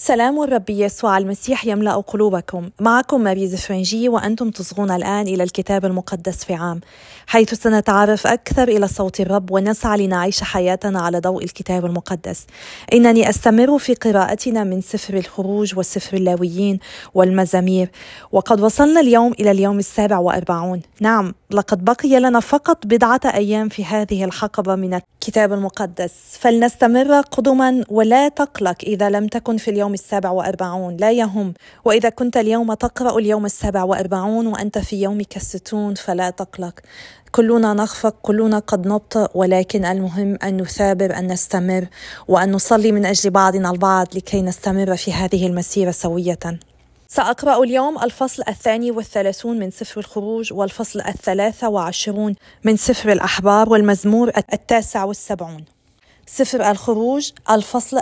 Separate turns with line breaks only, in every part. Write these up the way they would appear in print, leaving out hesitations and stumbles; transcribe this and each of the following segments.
سلام الرب يسوع المسيح يملأ قلوبكم. معكم ماري زفرنجي وأنتم تصغون الآن إلى الكتاب المقدس في عام، حيث سنتعرف أكثر إلى صوت الرب ونسعى لنعيش حياتنا على ضوء الكتاب المقدس. إنني أستمر في قراءتنا من سفر الخروج وسفر اللاويين والمزامير، وقد وصلنا اليوم إلى اليوم 47. نعم، لقد بقي لنا فقط بضعة أيام في هذه الحقبة من الكتاب المقدس، فلنستمر قدما ولا تقلق إذا لم تكن في اليوم 47، لا يهم. وإذا كنت اليوم تقرأ اليوم 47 وأنت في يومك 60 فلا تقلق. كلنا نخفق، كلنا قد نبطئ، ولكن المهم أن نثابر، أن نستمر، وأن نصلي من أجل بعضنا البعض لكي نستمر في هذه المسيرة سوية. سأقرأ اليوم الفصل 32 من سفر الخروج، والفصل 23 من سفر الأحبار، والمزمور 79. سفر الخروج الفصل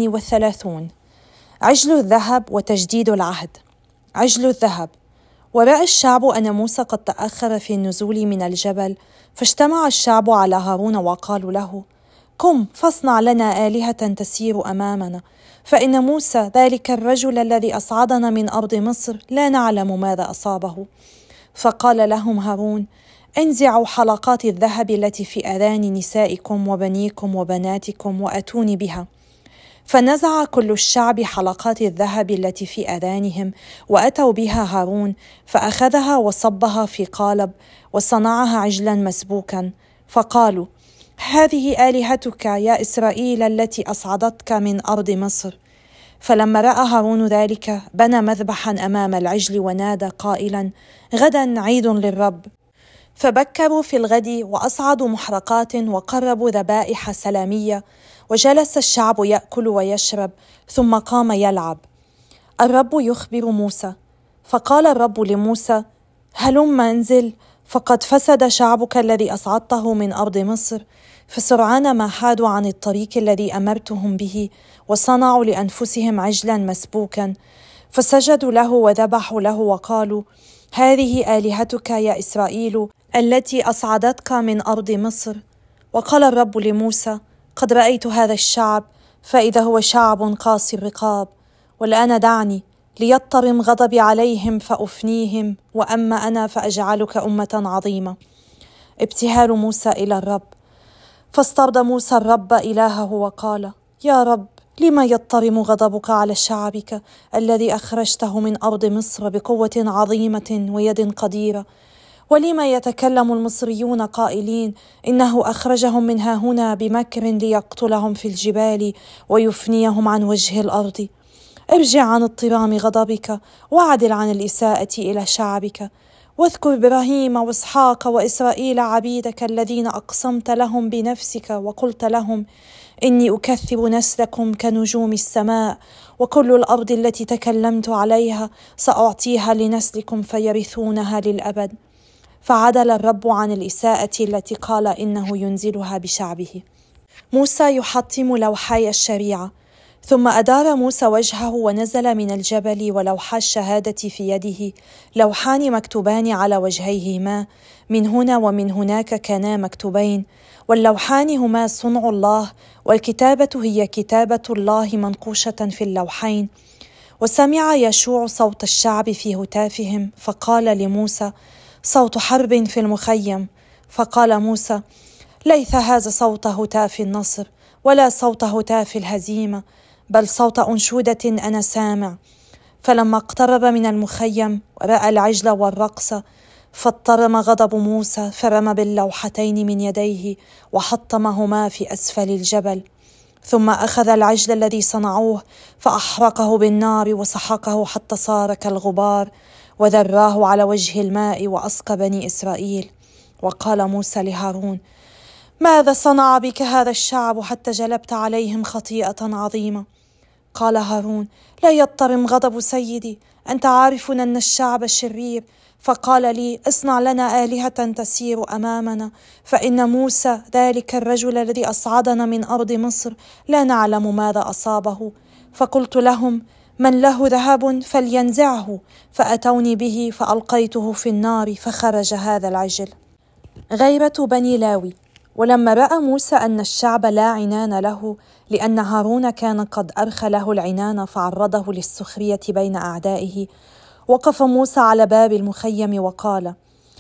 32. عجل الذهب وتجديد العهد. عجل الذهب. ورأى الشعب أن موسى قد تأخر في النزول من الجبل، فاجتمع الشعب على هارون وقالوا له: قم فاصنع لنا آلهة تسير أمامنا، فإن موسى ذلك الرجل الذي أصعدنا من أرض مصر لا نعلم ماذا أصابه. فقال لهم هارون: انزعوا حلقات الذهب التي في آذان نسائكم وبنيكم وبناتكم وأتوني بها. فنزع كل الشعب حلقات الذهب التي في آذانهم، وأتوا بها هارون، فأخذها وصبها في قالب، وصنعها عجلا مسبوكا. فقالوا: هذه آلهتك يا إسرائيل التي أصعدتك من أرض مصر. فلما رأى هارون ذلك بنى مذبحا أمام العجل ونادى قائلا: غدا عيد للرب. فبكروا في الغد وأصعدوا محرقات وقربوا ذبائح سلامية، وجلس الشعب يأكل ويشرب، ثم قام يلعب. الرب يخبر موسى. فقال الرب لموسى: هلم انزل، فقد فسد شعبك الذي أصعدته من أرض مصر، فسرعان ما حادوا عن الطريق الذي أمرتهم به، وصنعوا لأنفسهم عجلا مسبوكا. فسجدوا له وذبحوا له وقالوا: هذه آلهتك يا إسرائيل التي أصعدتك من أرض مصر. وقال الرب لموسى: قد رأيت هذا الشعب، فإذا هو شعب قاسي الرقاب، والآن دعني ليضطرم غضبي عليهم فأفنيهم، وأما أنا فأجعلك أمة عظيمة. ابتهال موسى إلى الرب. فاسترضى موسى الرب إلهه وقال: يا رب، لما يضطرم غضبك على شعبك الذي أخرجته من أرض مصر بقوة عظيمة ويد قديرة؟ ولما يتكلم المصريون قائلين: إنه أخرجهم من هنا بمكر ليقتلهم في الجبال ويفنيهم عن وجه الأرض؟ ارجع عن اضطرام غضبك وعدل عن الإساءة إلى شعبك، واذكر إبراهيم وإسحاق وإسرائيل عبيدك الذين أقسمت لهم بنفسك وقلت لهم: إني أكثر نسلكم كنجوم السماء، وكل الأرض التي تكلمت عليها سأعطيها لنسلكم فيرثونها للأبد. فعدل الرب عن الإساءة التي قال إنه ينزلها بشعبه. موسى يحطم لوحي الشريعة. ثم أدار موسى وجهه ونزل من الجبل، ولوحا الشهادة في يده، لوحان مكتوبان على وجهيهما، من هنا ومن هناك كانا مكتوبين، واللوحان هما صنع الله، والكتابة هي كتابة الله منقوشة في اللوحين. وسمع يشوع صوت الشعب في هتافهم، فقال لموسى: صوت حرب في المخيم. فقال موسى: ليس هذا صوت هتاف النصر، ولا صوت هتاف الهزيمة، بل صوت أنشودة أنا سامع. فلما اقترب من المخيم ورأى العجل والرقص، فاضطرم غضب موسى، فرمى باللوحتين من يديه وحطمهما في أسفل الجبل. ثم أخذ العجل الذي صنعوه فأحرقه بالنار وسحقه حتى صار كالغبار، وذراه على وجه الماء وأسقى بني إسرائيل. وقال موسى لهارون: ماذا صنع بك هذا الشعب حتى جلبت عليهم خطيئة عظيمة؟ قال هارون: لا يضطرم غضب سيدي، أنت عارف أن الشعب شرير. فقال لي: اصنع لنا آلهة تسير أمامنا، فإن موسى ذلك الرجل الذي أصعدنا من أرض مصر لا نعلم ماذا أصابه. فقلت لهم: من له ذهب فلينزعه، فأتوني به فألقيته في النار فخرج هذا العجل. غيرة بني لاوي. ولما رأى موسى أن الشعب لا عنان له لأن هارون كان قد أرخى له العنان فعرضه للسخرية بين أعدائه، وقف موسى على باب المخيم وقال: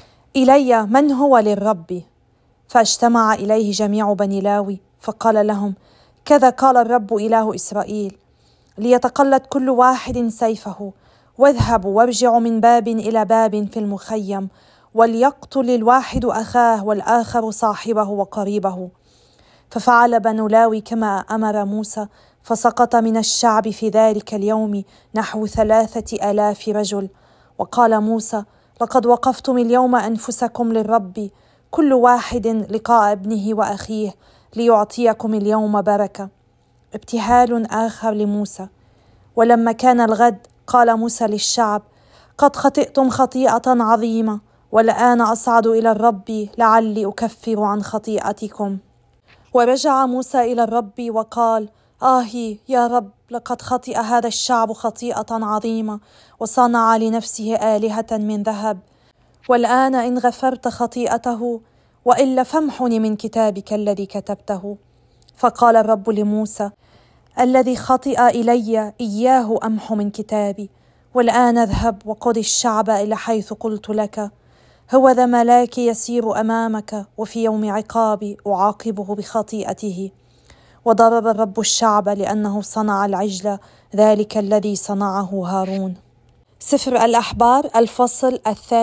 إلي من هو للرب؟ فاجتمع إليه جميع بني لاوي فقال لهم: كذا قال الرب إله إسرائيل: ليتقلد كل واحد سيفه، واذهبوا وارجعوا من باب إلى باب في المخيم، وليقتل الواحد أخاه والآخر صاحبه وقريبه. ففعل بنو لاوي كما أمر موسى، فسقط من الشعب في ذلك اليوم نحو 3000 رجل. وقال موسى: لقد وقفتم اليوم أنفسكم للرب، كل واحد لقاء ابنه وأخيه، ليعطيكم اليوم بركة. ابتهال آخر لموسى. ولما كان الغد قال موسى للشعب: قد خطئتم خطيئة عظيمة، والآن أصعد إلى الرب لعلي أكفر عن خطيئتكم. ورجع موسى إلى الرب وقال: آهي يا رب، لقد خطئ هذا الشعب خطيئة عظيمة، وصنع لنفسه آلهة من ذهب. والآن إن غفرت خطيئته، وإلا فامحني من كتابك الذي كتبته. فقال الرب لموسى: الذي خطئ إلي إياه أمح من كتابي. والآن اذهب وقد الشعب إلى حيث قلت لك. هو ذا ملاكي يسير أمامك، وفي يوم عقابي أعاقبه بخطيئته. وضرب الرب الشعب لأنه صنع العجل ذلك الذي صنعه هارون. سفر الأحبار الفصل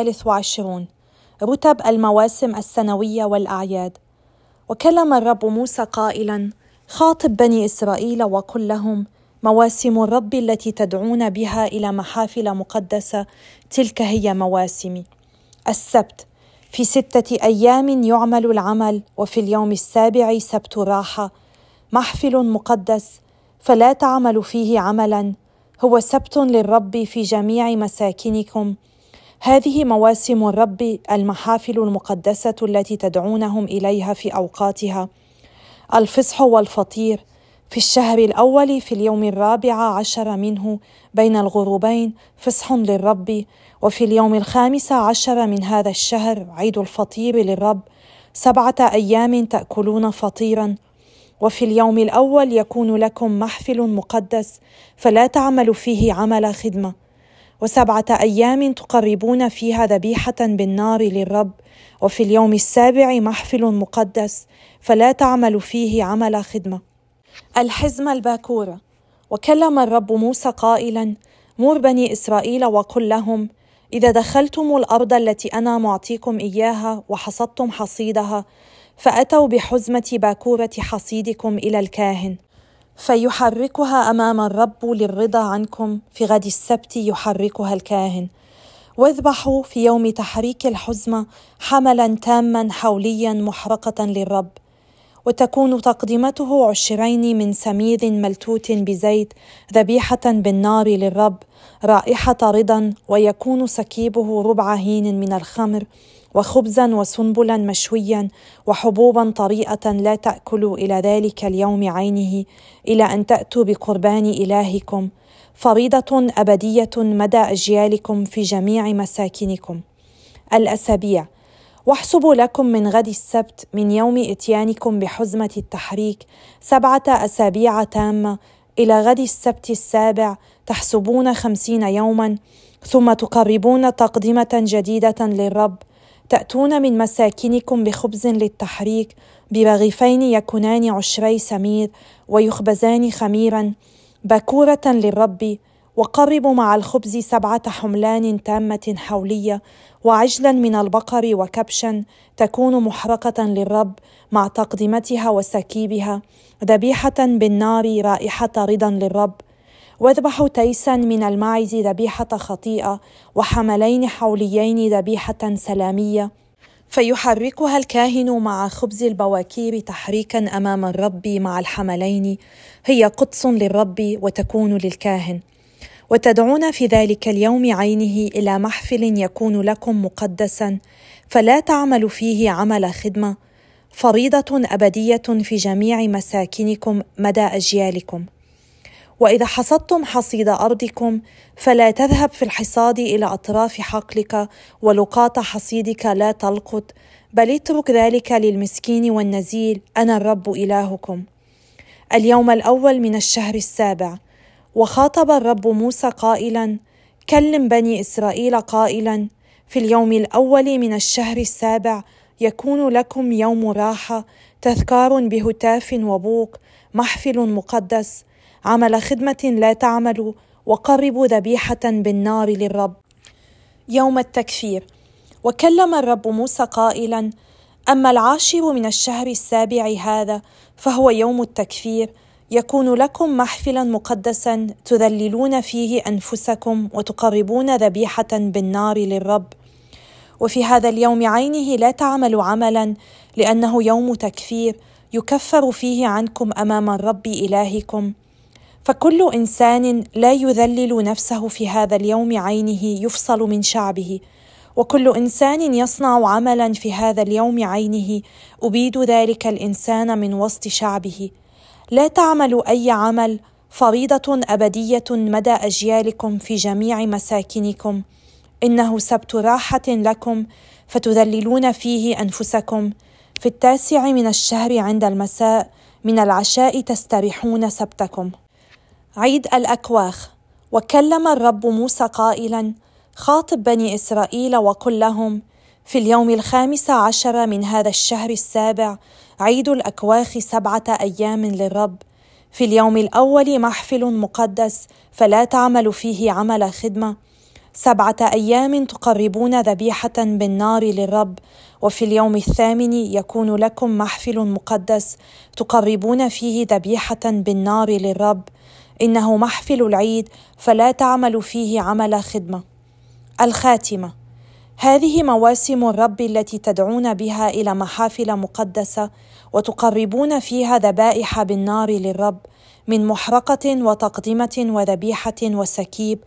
23. رتب المواسم السنوية والأعياد. وكلم الرب موسى قائلا: خاطب بني إسرائيل وقل لهم: مواسم الرب التي تدعون بها إلى محافل مقدسة تلك هي مواسمي. السبت: في 6 أيام يعمل العمل، وفي اليوم السابع سبت راحة، محفل مقدس، فلا تعمل فيه عملا، هو سبت للرب في جميع مساكنكم. هذه مواسم الرب، المحافل المقدسة التي تدعونهم إليها في أوقاتها: الفصح والفطير، في الشهر الأول في اليوم 14 منه بين الغروبين فصح للرب، وفي اليوم 15 من هذا الشهر عيد الفطير للرب، 7 أيام تأكلون فطيرا. وفي اليوم الأول يكون لكم محفل مقدس، فلا تعملوا فيه عمل خدمة، و7 أيام تقربون فيها ذبيحة بالنار للرب. وفي اليوم السابع محفل مقدس، فلا تعملوا فيه عمل خدمة. الحزمة الباكورة. وكلم الرب موسى قائلا: مر بني إسرائيل وقل لهم: إذا دخلتم الأرض التي أنا معطيكم إياها وحصدتم حصيدها، فأتوا بحزمة باكورة حصيدكم إلى الكاهن، فيحركها أمام الرب للرضا عنكم. في غد السبت يحركها الكاهن. واذبحوا في يوم تحريك الحزمة حملا تاما حوليا محرقة للرب، وتكون تقدمته 20 من سميد ملتوت بزيت، ذبيحة بالنار للرب، رائحة رضا. ويكون سكيبه 4 هين من الخمر، وخبزا وسنبلا مشويا، وحبوبا طريئة لا تأكلوا إلى ذلك اليوم عينه، إلى أن تأتوا بقربان إلهكم، فريضة أبدية مدى أجيالكم في جميع مساكنكم. الأسابيع. واحسبوا لكم من غد السبت من يوم إتيانكم بحزمة التحريك 7 أسابيع تامة، إلى غد السبت السابع تحسبون 50 يوما، ثم تقربون تقدمة جديدة للرب. تأتون من مساكنكم بخبز للتحريك، برغيفين يكونان 10 سمير، ويخبزان خميرا، باكورة للرب. وقربوا مع الخبز 7 حملان تامة حولية، وعجلا من البقر وكبشا، تكون محرقة للرب مع تقدمتها وسكيبها، ذبيحة بالنار رائحة رضا للرب. واذبحوا تيسا من الماعز ذبيحة خطيئة، وحملين حوليين ذبيحة سلامية، فيحركها الكاهن مع خبز البواكير تحريكا أمام الرب مع الحملين، هي قدس للرب وتكون للكاهن. وتدعون في ذلك اليوم عينه إلى محفل يكون لكم مقدسا، فلا تعملوا فيه عمل خدمة، فريضة أبدية في جميع مساكنكم مدى أجيالكم. وإذا حصدتم حصيد أرضكم، فلا تذهب في الحصاد إلى أطراف حقلك، ولقاط حصيدك لا تلقط، بل اترك ذلك للمسكين والنزيل، أنا الرب إلهكم. اليوم الأول من الشهر السابع. وخاطب الرب موسى قائلا: كلم بني إسرائيل قائلا: في اليوم الأول من الشهر السابع يكون لكم يوم راحة، تذكار بهتاف وبوق، محفل مقدس، عمل خدمة لا تعملوا، وقربوا ذبيحة بالنار للرب. يوم التكفير. وكلم الرب موسى قائلا: أما العاشر من الشهر السابع هذا فهو يوم التكفير، يكون لكم محفلا مقدسا تذللون فيه أنفسكم وتقربون ذبيحة بالنار للرب. وفي هذا اليوم عينه لا تعملوا عملا، لأنه يوم تكفير يكفر فيه عنكم أمام الرب إلهكم. فكل إنسان لا يذلل نفسه في هذا اليوم عينه يفصل من شعبه، وكل إنسان يصنع عملا في هذا اليوم عينه أبيد ذلك الإنسان من وسط شعبه. لا تعملوا أي عمل، فريضة أبدية مدى أجيالكم في جميع مساكنكم. إنه سبت راحة لكم، فتذللون فيه أنفسكم. في 9 من الشهر عند المساء من العشاء تستريحون سبتكم. عيد الأكواخ. وكلم الرب موسى قائلا: خاطب بني إسرائيل وقل لهم: في اليوم 15 من هذا الشهر السابع عيد الأكواخ 7 أيام للرب. في اليوم الأول محفل مقدس، فلا تعمل فيه عمل خدمة. 7 أيام تقربون ذبيحة بالنار للرب. وفي اليوم 8 يكون لكم محفل مقدس تقربون فيه ذبيحة بالنار للرب. إنه محفل العيد، فلا تعمل فيه عمل خدمة. الخاتمة. هذه مواسم الرب التي تدعون بها إلى محافل مقدسة وتقربون فيها ذبائح بالنار للرب، من محرقة وتقدمة وذبيحة وسكيب،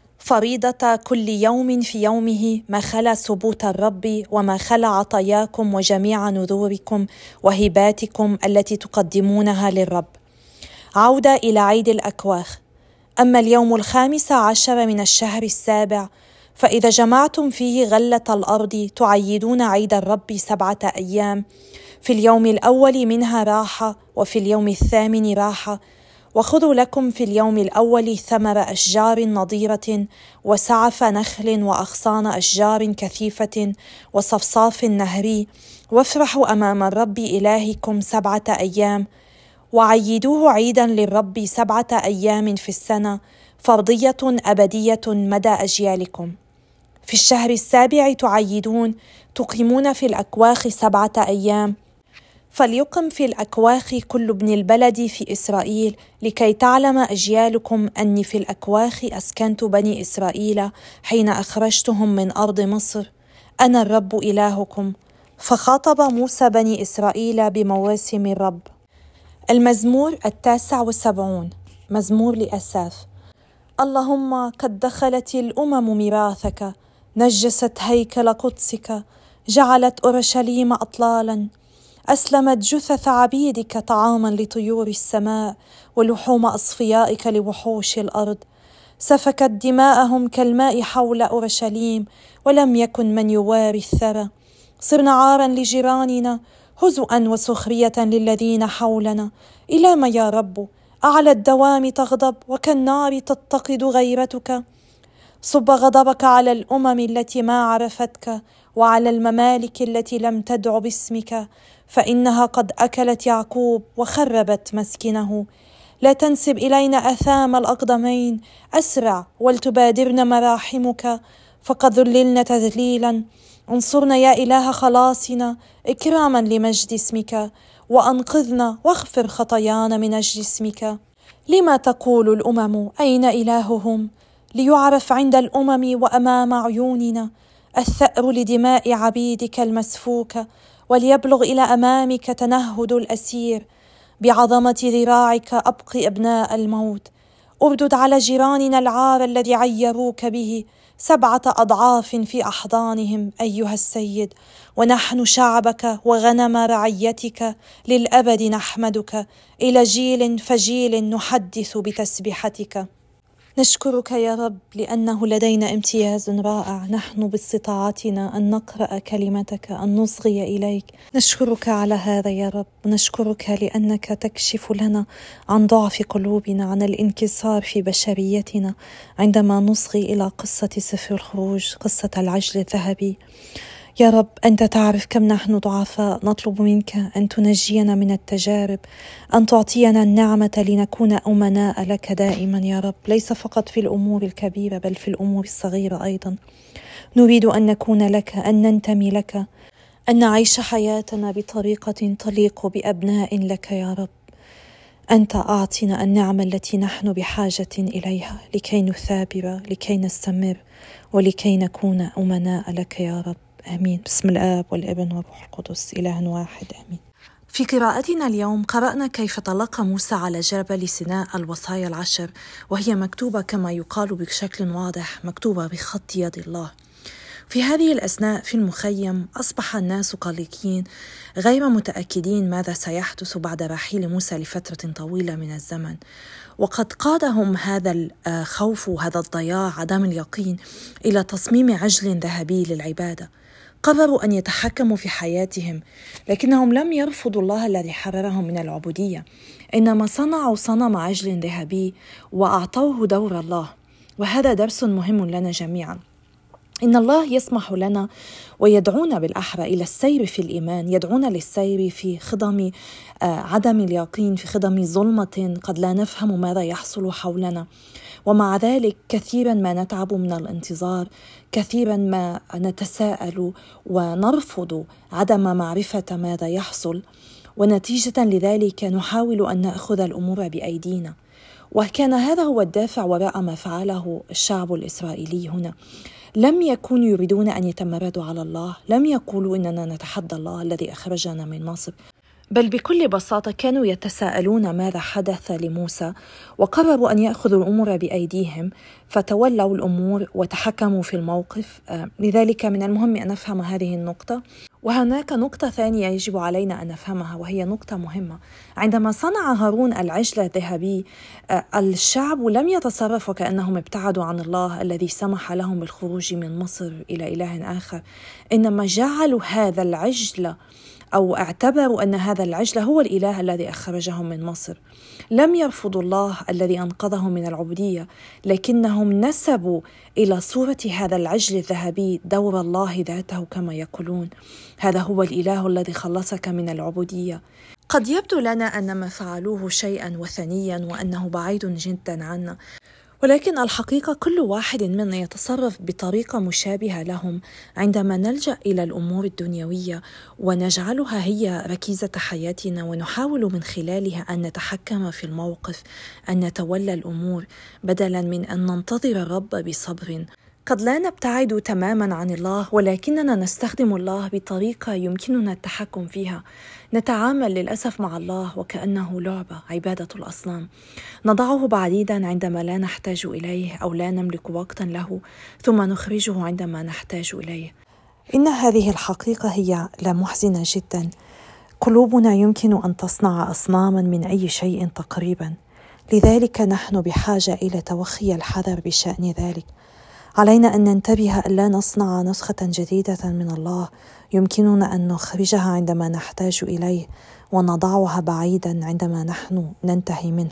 فريضة كل يوم في يومه، ما خلا سبوت الرب وما خلا عطاياكم وجميع نذوركم وهباتكم التي تقدمونها للرب. عودة إلى عيد الأكواخ. أما اليوم 15 من الشهر السابع فإذا جمعتم فيه غلة الأرض تعيدون عيد الرب 7 أيام، في اليوم الأول منها راحة، وفي اليوم 8 راحة. وخذوا لكم في اليوم الأول ثمر أشجار نضيرة وسعف نخل وأغصان أشجار كثيفة وصفصاف نهري، وافرحوا أمام الرب إلهكم 7 أيام. وعيدوه عيدا للرب 7 أيام في السنة، فرضية أبدية مدى أجيالكم. في الشهر السابع تعيدون، تقيمون في الأكواخ 7 أيام. فليقم في الأكواخ كل ابن البلد في إسرائيل، لكي تعلم أجيالكم أني في الأكواخ أسكنت بني إسرائيل حين أخرجتهم من أرض مصر، أنا الرب إلهكم. فخاطب موسى بني إسرائيل بمواسم الرب. المزمور 79. مزمور لأساف. اللهم قد دخلت الأمم ميراثك، نجست هيكل قدسك، جعلت أورشليم أطلالا، أسلمت جثث عبيدك طعاما لطيور السماء، ولحوم أصفيائك لوحوش الأرض. سفكت دماءهم كالماء حول أورشليم، ولم يكن من يواري الثرى. صرنا عارا لجيراننا، هزؤا وسخرية للذين حولنا. إلى ما يا رب؟ أعلى الدوام تغضب، وكالنار تتقد غيرتك. صب غضبك على الأمم التي ما عرفتك، وعلى الممالك التي لم تدع باسمك، فإنها قد أكلت يعقوب وخربت مسكنه. لا تنسب إلينا أثام الأقدمين، أسرع ولتبادرن مراحمك، فقد ذللن تذليلا. انصرنا يا إله خلاصنا، إكراما لمجد اسمك، وأنقذنا واغفر خطايانا من أجل اسمك. لما تقول الأمم أين إلههم؟ ليعرف عند الأمم وأمام عيوننا الثأر لدماء عبيدك المسفوكة، وليبلغ إلى أمامك تنهد الأسير. بعظمة ذراعك أبقي أبناء الموت. أردد على جيراننا العار الذي عيروك به 7 أضعاف في أحضانهم أيها السيد، ونحن شعبك وغنم رعيتك للأبد نحمدك، إلى جيل فجيل نحدث بتسبيحتك. نشكرك يا رب لأنه لدينا امتياز رائع، نحن باستطاعتنا أن نقرأ كلمتك، أن نصغي إليك. نشكرك على هذا يا رب، نشكرك لأنك تكشف لنا عن ضعف قلوبنا، عن الانكسار في بشريتنا عندما نصغي إلى قصة سفر الخروج، قصة العجل الذهبي. يا رب أنت تعرف كم نحن ضعفاء، نطلب منك أن تنجينا من التجارب، أن تعطينا النعمة لنكون أمناء لك دائما يا رب، ليس فقط في الأمور الكبيرة بل في الأمور الصغيرة أيضا. نريد أن نكون لك، أن ننتمي لك، أن نعيش حياتنا بطريقة تليق بأبناء لك يا رب. أنت أعطنا النعمة التي نحن بحاجة إليها لكي نثابر، لكي نستمر، ولكي نكون أمناء لك يا رب. آمين. بسم الآب والابن والروح القدس إله واحد. آمين. في قراءتنا اليوم قرأنا كيف تلقى موسى على جبل سيناء الوصايا العشر، وهي مكتوبة كما يقال بشكل واضح، مكتوبة بخط يد الله. في هذه الأثناء في المخيم أصبح الناس قلقين غير متأكدين ماذا سيحدث بعد رحيل موسى لفترة طويلة من الزمن، وقد قادهم هذا الخوف وهذا الضياع، عدم اليقين، إلى تصميم عجل ذهبي للعبادة. قرروا أن يتحكموا في حياتهم، لكنهم لم يرفضوا الله الذي حررهم من العبودية، إنما صنعوا صنم عجل ذهبي وأعطوه دور الله. وهذا درس مهم لنا جميعا، إن الله يسمح لنا ويدعونا بالأحرى إلى السير في الإيمان، يدعونا للسير في خضم عدم اليقين، في خضم ظلمة قد لا نفهم ماذا يحصل حولنا، ومع ذلك كثيرا ما نتعب من الانتظار، كثيرا ما نتساءل ونرفض عدم معرفة ماذا يحصل، ونتيجة لذلك نحاول أن نأخذ الأمور بأيدينا. وكان هذا هو الدافع وراء ما فعله الشعب الإسرائيلي هنا. لم يكونوا يريدون أن يتمردوا على الله، لم يقولوا إننا نتحدى الله الذي أخرجنا من مصر، بل بكل بساطة كانوا يتساءلون ماذا حدث لموسى، وقرروا أن يأخذوا الأمور بأيديهم، فتولوا الأمور وتحكموا في الموقف. لذلك من المهم أن نفهم هذه النقطة. وهناك نقطة ثانية يجب علينا أن نفهمها، وهي نقطة مهمة. عندما صنع هارون العجل الذهبي، الشعب لم يتصرف وكأنهم ابتعدوا عن الله الذي سمح لهم بالخروج من مصر إلى إله آخر، إنما جعلوا هذا العجل أو اعتبروا أن هذا العجل هو الإله الذي أخرجهم من مصر. لم يرفضوا الله الذي أنقذهم من العبودية، لكنهم نسبوا إلى صورة هذا العجل الذهبي دور الله ذاته، كما يقولون هذا هو الإله الذي خلصك من العبودية. قد يبدو لنا أن ما فعلوه شيئا وثنيا وأنه بعيد جدا عنا، ولكن الحقيقة كل واحد منا يتصرف بطريقة مشابهة لهم عندما نلجأ إلى الأمور الدنيوية ونجعلها هي ركيزة حياتنا، ونحاول من خلالها أن نتحكم في الموقف، أن نتولى الأمور بدلاً من أن ننتظر الرب بصبر. قد لا نبتعد تماماً عن الله، ولكننا نستخدم الله بطريقة يمكننا التحكم فيها. نتعامل للأسف مع الله وكأنه لعبة، عبادة الأصنام، نضعه بعيداً عندما لا نحتاج إليه أو لا نملك وقتاً له، ثم نخرجه عندما نحتاج إليه. إن هذه الحقيقة هي محزنة جداً. قلوبنا يمكن أن تصنع أصناماً من أي شيء تقريباً، لذلك نحن بحاجة إلى توخي الحذر بشأن ذلك. علينا أن ننتبه ألا نصنع نسخة جديدة من الله يمكننا أن نخرجها عندما نحتاج إليه ونضعها بعيدا عندما نحن ننتهي منه.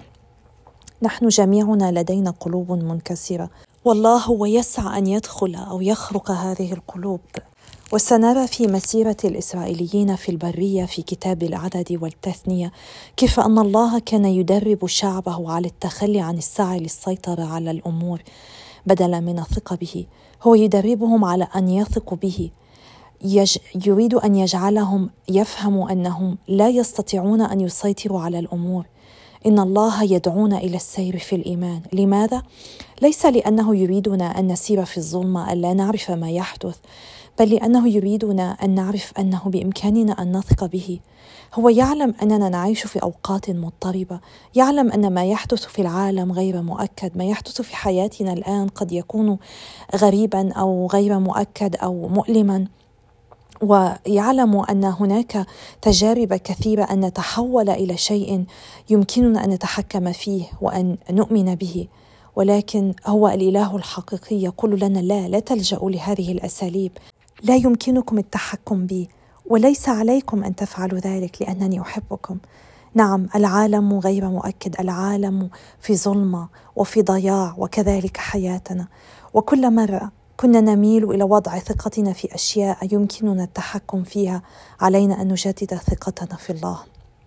نحن جميعنا لدينا قلوب منكسرة، والله هو يسعى أن يدخل أو يخرق هذه القلوب. وسنرى في مسيرة الإسرائيليين في البرية في كتاب العدد والتثنية كيف أن الله كان يدرب شعبه على التخلي عن السعي للسيطرة على الأمور بدلا من الثقة به. هو يدربهم على أن يثقوا به، يريد أن يجعلهم يفهموا أنهم لا يستطيعون أن يسيطروا على الأمور. إن الله يدعونا إلى السير في الإيمان. لماذا؟ ليس لأنه يريدنا أن نسير في الظلمة ألا نعرف ما يحدث، بل لأنه يريدنا أن نعرف أنه بإمكاننا أن نثق به. هو يعلم أننا نعيش في أوقات مضطربة، يعلم أن ما يحدث في العالم غير مؤكد، ما يحدث في حياتنا الآن قد يكون غريبا أو غير مؤكد أو مؤلما، ويعلم أن هناك تجارب كثيرة أن نتحول إلى شيء يمكننا أن نتحكم فيه وأن نؤمن به. ولكن هو الإله الحقيقي يقول لنا لا تلجأوا لهذه الأساليب، لا يمكنكم التحكم بي، وليس عليكم أن تفعلوا ذلك لأنني أحبكم. نعم، العالم غير مؤكد، العالم في ظلمة وفي ضياع، وكذلك حياتنا. وكل مرة كنا نميل إلى وضع ثقتنا في أشياء يمكننا التحكم فيها، علينا أن نجدد ثقتنا في الله.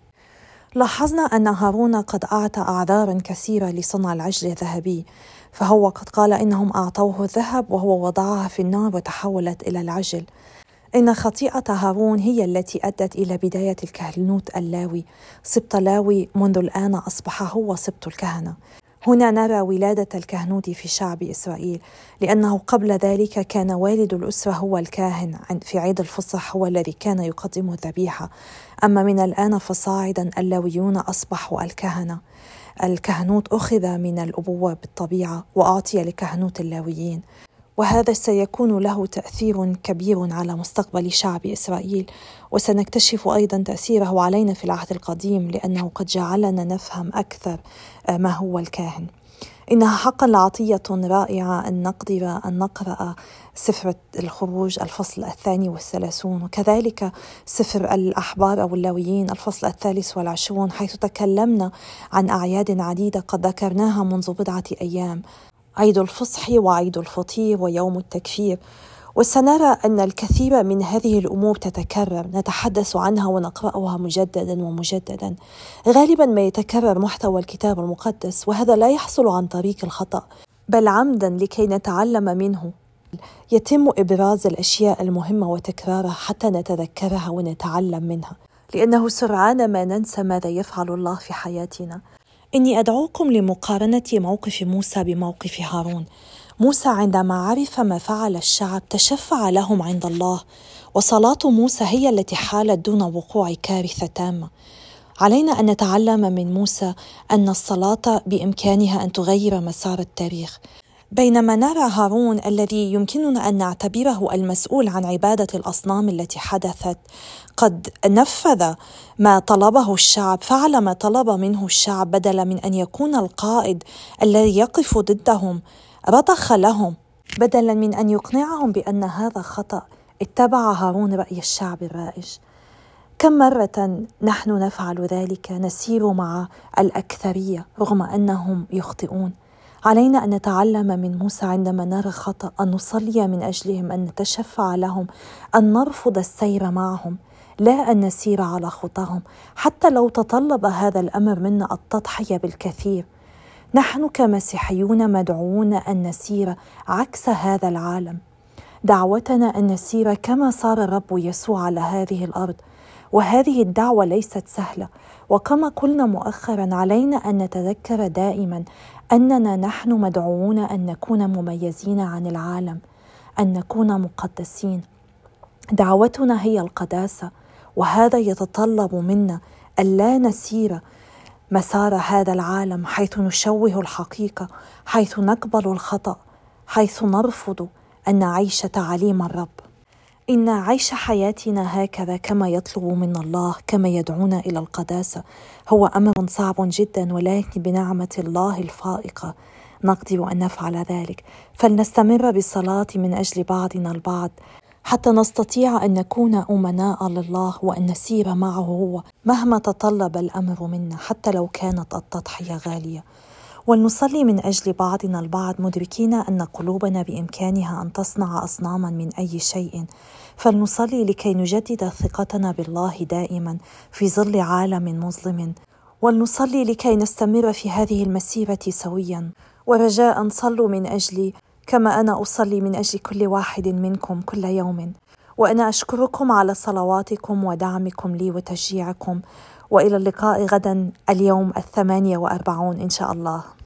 لاحظنا أن هارون قد أعطى أعذارا كثيرة لصنع العجل الذهبي، فهو قد قال إنهم أعطوه الذهب وهو وضعها في النار وتحولت إلى العجل. إن خطيئة هارون هي التي أدت إلى بداية الكهنوت اللاوي. سبط لاوي منذ الآن أصبح هو سبط الكهنة. هنا نرى ولادة الكهنوت في شعب إسرائيل، لأنه قبل ذلك كان والد الأسرة هو الكاهن، في عيد الفصح هو الذي كان يقدم الذبيحة، أما من الآن فصاعدا اللاويون أصبحوا الكهنة. الكهنوت أخذ من الأبوة بالطبيعة وأعطي لكهنوت اللاويين، وهذا سيكون له تأثير كبير على مستقبل شعب إسرائيل، وسنكتشف أيضا تأثيره علينا في العهد القديم، لأنه قد جعلنا نفهم أكثر ما هو الكاهن. إنها حقا لعطية رائعة أن نقدر أن نقرأ سفر الخروج الفصل 32، وكذلك سفر الأحبار أو اللاويين الفصل 23، حيث تكلمنا عن أعياد عديدة قد ذكرناها منذ بضعة أيام: عيد الفصح وعيد الفطير ويوم التكفير. وسنرى أن الكثير من هذه الأمور تتكرر، نتحدث عنها ونقرأها مجددا ومجددا. غالبا ما يتكرر محتوى الكتاب المقدس، وهذا لا يحصل عن طريق الخطأ بل عمدا لكي نتعلم منه. يتم إبراز الأشياء المهمة وتكرارها حتى نتذكرها ونتعلم منها، لأنه سرعان ما ننسى ماذا يفعل الله في حياتنا. إني أدعوكم لمقارنة موقف موسى بموقف هارون. موسى عندما عرف ما فعل الشعب تشفع لهم عند الله، وصلاة موسى هي التي حالت دون وقوع كارثة تامة. علينا أن نتعلم من موسى أن الصلاة بإمكانها أن تغير مسار التاريخ، بينما نرى هارون الذي يمكننا أن نعتبره المسؤول عن عبادة الأصنام التي حدثت قد نفذ ما طلبه الشعب، فعل ما طلب منه الشعب، بدلا من أن يكون القائد الذي يقف ضدهم، رضخ لهم بدلا من أن يقنعهم بأن هذا خطأ. اتبع هارون رأي الشعب الرائج. كم مرة نحن نفعل ذلك، نسير مع الأكثرية رغم أنهم يخطئون. علينا أن نتعلم من موسى عندما نرى خطأ أن نصلي من أجلهم، أن نتشفع لهم، أن نرفض السير معهم، لا أن نسير على خطاهم حتى لو تطلب هذا الأمر منا التضحية بالكثير. نحن كمسيحيون مدعوون أن نسير عكس هذا العالم. دعوتنا أن نسير كما صار الرب يسوع على هذه الأرض، وهذه الدعوة ليست سهلة. وكما قلنا مؤخرا، علينا أن نتذكر دائما أننا نحن مدعوون أن نكون مميزين عن العالم، أن نكون مقدسين. دعوتنا هي القداسة، وهذا يتطلب منا ألا نسير مسار هذا العالم حيث نشوه الحقيقة، حيث نقبل الخطأ، حيث نرفض أن نعيش تعاليم الرب. إن عيش حياتنا هكذا كما يطلب منا الله، كما يدعونا إلى القداسة، هو أمر صعب جدا، ولكن بنعمة الله الفائقة نقدر أن نفعل ذلك. فلنستمر بالصلاة من أجل بعضنا البعض حتى نستطيع أن نكون أمناء لله وأن نسير معه هو مهما تطلب الأمر منا، حتى لو كانت التضحية غالية. ولنصلي من أجل بعضنا البعض مدركين أن قلوبنا بإمكانها أن تصنع أصناما من أي شيء، فلنصلي لكي نجدد ثقتنا بالله دائما في ظل عالم مظلم، ولنصلي لكي نستمر في هذه المسيرة سويا. ورجاء صلوا من أجلي كما أنا أصلي من أجل كل واحد منكم كل يوم، وأنا أشكركم على صلواتكم ودعمكم لي وتشجيعكم. وإلى اللقاء غدا اليوم 48 إن شاء الله.